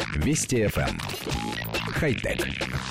Вести ФМ. Хай-тек.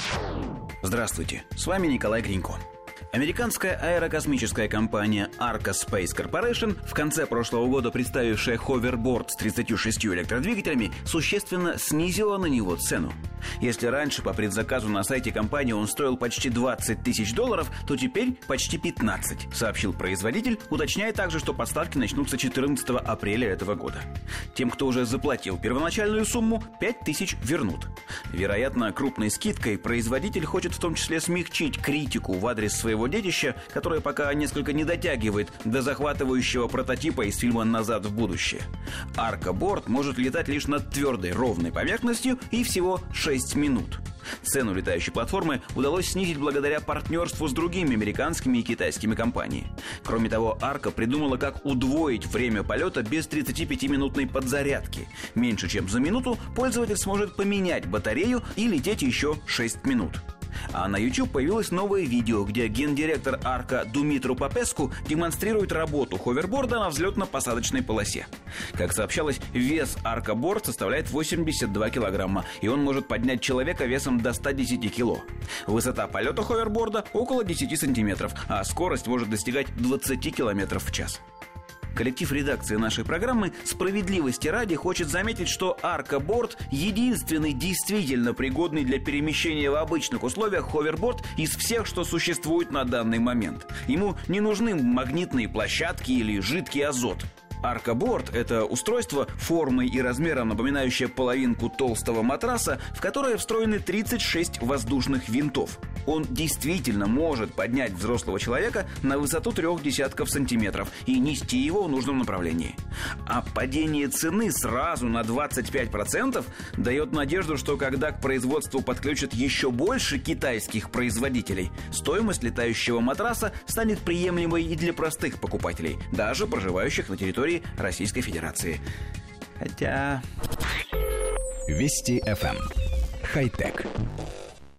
Здравствуйте, с вами Николай Гринько. Американская аэрокосмическая компания Arca Space Corporation, в конце прошлого года представившая ховерборд с 36 электродвигателями, существенно снизила на него цену. Если раньше по предзаказу на сайте компании он стоил почти $20 тысяч, то теперь почти 15, сообщил производитель, уточняя также, что поставки начнутся 14 апреля этого года. Тем, кто уже заплатил первоначальную сумму, 5 тысяч вернут. Вероятно, крупной скидкой производитель хочет в том числе смягчить критику в адрес своего детища, которое пока несколько не дотягивает до захватывающего прототипа из фильма «Назад в будущее». Арка-борд может летать лишь над твердой ровной поверхностью и всего 6 минут. Цену летающей платформы удалось снизить благодаря партнерству с другими американскими и китайскими компаниями. Кроме того, Арка придумала, как удвоить время полета без 35-минутной подзарядки. Меньше чем за минуту пользователь сможет поменять батарею и лететь еще 6 минут. А на YouTube появилось новое видео, где гендиректор Арка Думитру Попеску демонстрирует работу ховерборда на взлетно-посадочной полосе. Как сообщалось, вес Арка-борд составляет 82 килограмма, и он может поднять человека весом до 110 кило. Высота полета ховерборда около 10 сантиметров, а скорость может достигать 20 километров в час. Коллектив редакции нашей программы справедливости ради хочет заметить, что Арка-борд – единственный действительно пригодный для перемещения в обычных условиях ховерборд из всех, что существует на данный момент. Ему не нужны магнитные площадки или жидкий азот. Арка-борд – это устройство формой и размером, напоминающее половинку толстого матраса, в которое встроены 36 воздушных винтов. Он действительно может поднять взрослого человека на высоту 0,3 сантиметров и нести его в нужном направлении. А падение цены сразу на 25% дает надежду, что когда к производству подключат еще больше китайских производителей, стоимость летающего матраса станет приемлемой и для простых покупателей, даже проживающих на территории Российской Федерации. Хотя... Вести ФМ. Хай-тек.